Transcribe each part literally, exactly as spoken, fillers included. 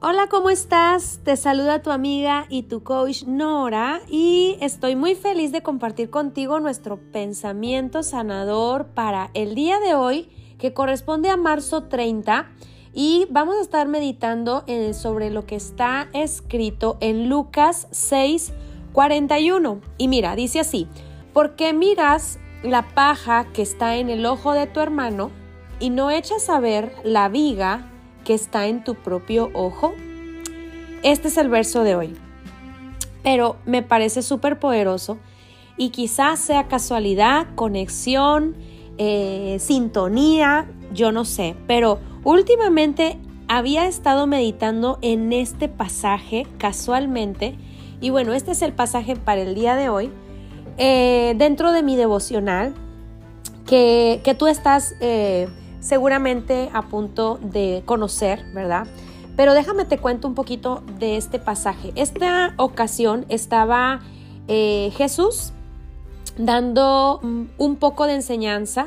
Hola, ¿cómo estás? Te saluda tu amiga y tu coach Nora y estoy muy feliz de compartir contigo nuestro pensamiento sanador para el día de hoy, que corresponde a marzo treinta, y vamos a estar meditando en, sobre lo que está escrito en Lucas seis cuarenta y uno. Y mira, dice así: ¿por qué miras la paja que está en el ojo de tu hermano y no echas a ver la viga que está en tu propio ojo? Este es el verso de hoy, pero me parece súper poderoso y quizás sea casualidad, conexión, eh, sintonía, yo no sé, pero últimamente había estado meditando en este pasaje casualmente y bueno, este es el pasaje para el día de hoy, eh, dentro de mi devocional que, que tú estás eh, seguramente a punto de conocer, ¿verdad? Pero déjame te cuento un poquito de este pasaje. Esta ocasión estaba eh, Jesús dando un poco de enseñanza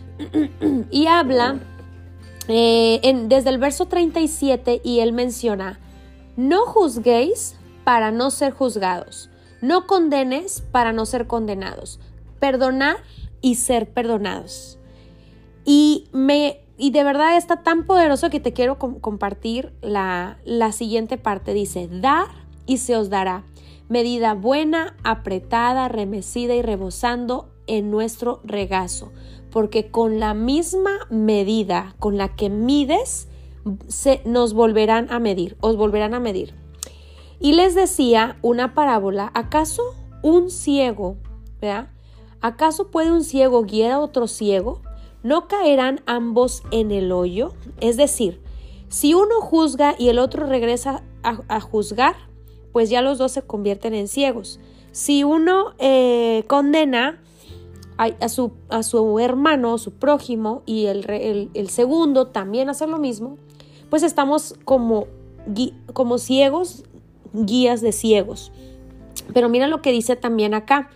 y habla eh, en, desde el verso treinta y siete, y él menciona: no juzguéis para no ser juzgados, no condenes para no ser condenados, perdonad y ser perdonados. Y me Y de verdad está tan poderoso que te quiero com- compartir la, la siguiente parte. Dice: dar y se os dará, medida buena, apretada, remecida y rebosando en nuestro regazo, porque con la misma medida con la que mides, se, nos volverán a medir, os volverán a medir. Y les decía una parábola: ¿acaso un ciego, ¿verdad? ¿Acaso puede un ciego guiar a otro ciego? ¿No caerán ambos en el hoyo? Es decir, si uno juzga y el otro regresa a, a juzgar, pues ya los dos se convierten en ciegos. Si uno eh, condena a, a, su, a su hermano, su prójimo, y el, el, el segundo también hace lo mismo, pues estamos como, como ciegos, guías de ciegos. Pero mira lo que dice también acá: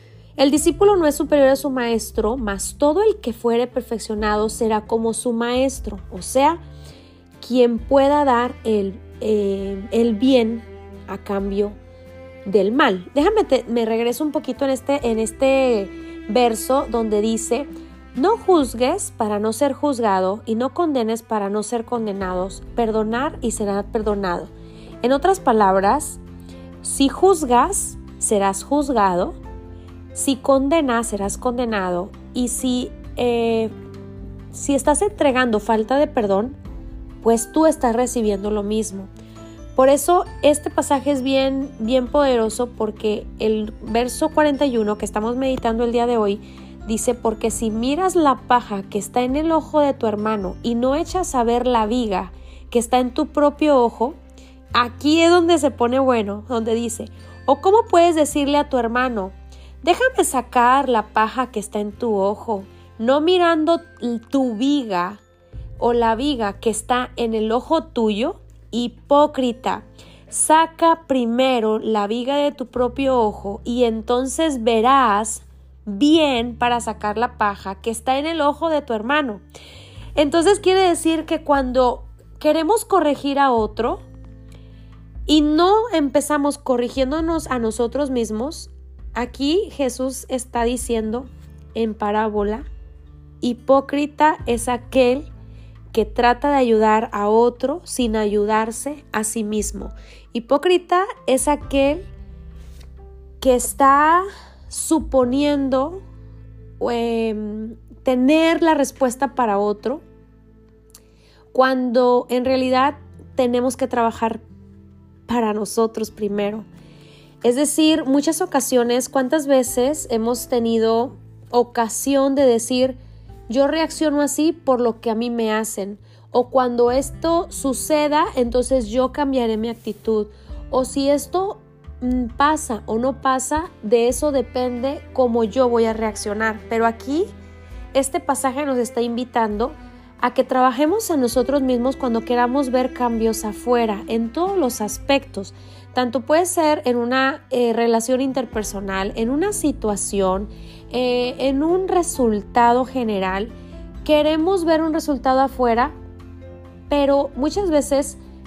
el discípulo no es superior a su maestro, mas todo el que fuere perfeccionado será como su maestro. O sea, quien pueda dar el, eh, el bien a cambio del mal. Déjame, te, me regreso un poquito en este, en este verso donde dice: no juzgues para no ser juzgado y no condenes para no ser condenados. Perdonar y será perdonado. En otras palabras, si juzgas, serás juzgado. Si condenas, serás condenado. Y si, eh, si estás entregando falta de perdón, pues tú estás recibiendo lo mismo. Por eso este pasaje es bien, bien poderoso, porque el verso cuarenta y uno que estamos meditando el día de hoy dice: porque si miras la paja que está en el ojo de tu hermano y no echas a ver la viga que está en tu propio ojo, aquí es donde se pone bueno, donde dice: ¿o cómo puedes decirle a tu hermano: déjame sacar la paja que está en tu ojo, no mirando tu viga o la viga que está en el ojo tuyo? Hipócrita, saca primero la viga de tu propio ojo y entonces verás bien para sacar la paja que está en el ojo de tu hermano. Entonces quiere decir que cuando queremos corregir a otro y no empezamos corrigiéndonos a nosotros mismos, aquí Jesús está diciendo en parábola: hipócrita es aquel que trata de ayudar a otro sin ayudarse a sí mismo. Hipócrita es aquel que está suponiendo eh, tener la respuesta para otro, cuando en realidad tenemos que trabajar para nosotros primero. Es decir, muchas ocasiones, ¿cuántas veces hemos tenido ocasión de decir: yo reacciono así por lo que a mí me hacen? O cuando esto suceda, entonces yo cambiaré mi actitud. O si esto mm, pasa o no pasa, de eso depende cómo yo voy a reaccionar. Pero aquí este pasaje nos está invitando a que trabajemos en nosotros mismos cuando queramos ver cambios afuera, en todos los aspectos. Tanto puede ser en una eh, relación interpersonal, en una situación, eh, en un resultado general. Queremos ver un resultado afuera, pero muchas veces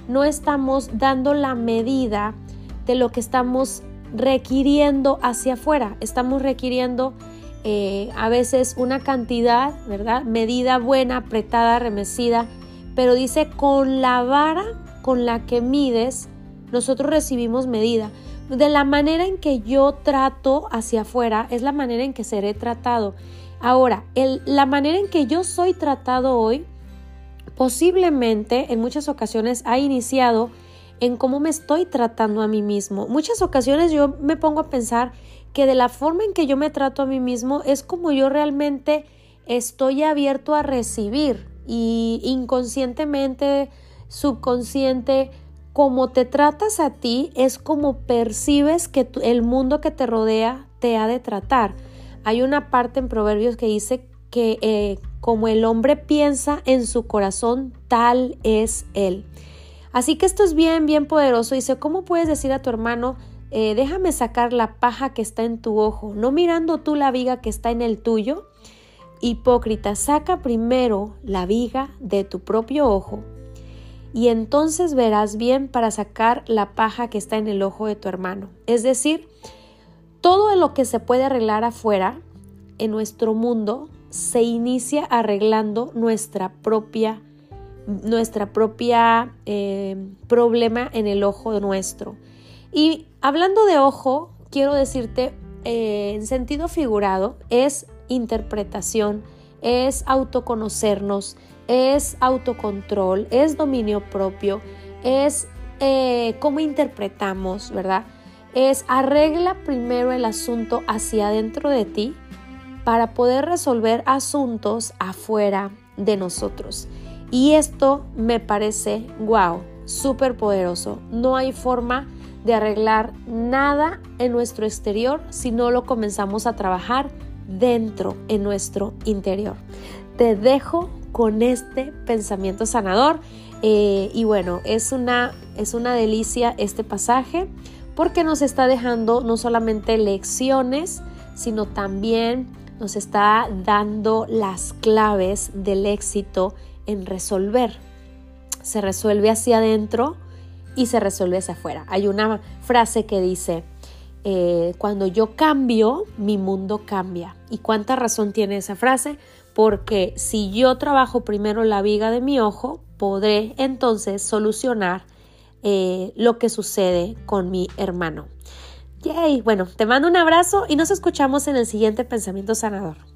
no estamos dando la medida de lo que estamos requiriendo hacia afuera. Estamos requiriendo eh, a veces una cantidad, ¿verdad? Medida buena, apretada, remecida, pero dice con la vara con la que mides, nosotros recibimos medida. De la manera en que yo trato hacia afuera es la manera en que seré tratado. Ahora, el, la manera en que yo soy tratado hoy posiblemente en muchas ocasiones ha iniciado en cómo me estoy tratando a mí mismo. Muchas ocasiones yo me pongo a pensar que de la forma en que yo me trato a mí mismo es como yo realmente estoy abierto a recibir, y inconscientemente, subconsciente, como te tratas a ti es como percibes que tu, el mundo que te rodea te ha de tratar. Hay una parte en Proverbios que dice que eh, como el hombre piensa en su corazón, tal es él. Así que esto es bien, bien poderoso. Dice, ¿cómo puedes decir a tu hermano, eh, déjame sacar la paja que está en tu ojo, no mirando tú la viga que está en el tuyo? Hipócrita, saca primero la viga de tu propio ojo y entonces verás bien para sacar la paja que está en el ojo de tu hermano. Es decir, todo lo que se puede arreglar afuera, en nuestro mundo, se inicia arreglando nuestra propia, nuestra propia eh, problema en el ojo nuestro. Y hablando de ojo, quiero decirte, eh, en sentido figurado, es interpretación, es autoconocernos, es autocontrol, es dominio propio, es eh, cómo interpretamos, ¿verdad? Es arregla primero el asunto hacia adentro de ti para poder resolver asuntos afuera de nosotros. Y esto me parece, wow, súper poderoso. No hay forma de arreglar nada en nuestro exterior si no lo comenzamos a trabajar dentro, en nuestro interior. Te dejo con este pensamiento sanador eh, y bueno, es una, es una delicia este pasaje porque nos está dejando no solamente lecciones, sino también nos está dando las claves del éxito en resolver. Se resuelve hacia adentro y se resuelve hacia afuera. Hay una frase que dice, eh, cuando yo cambio, mi mundo cambia. ¿Y cuánta razón tiene esa frase? Porque si yo trabajo primero la viga de mi ojo, podré entonces solucionar eh, lo que sucede con mi hermano. Yay. Bueno, te mando un abrazo y nos escuchamos en el siguiente Pensamiento Sanador.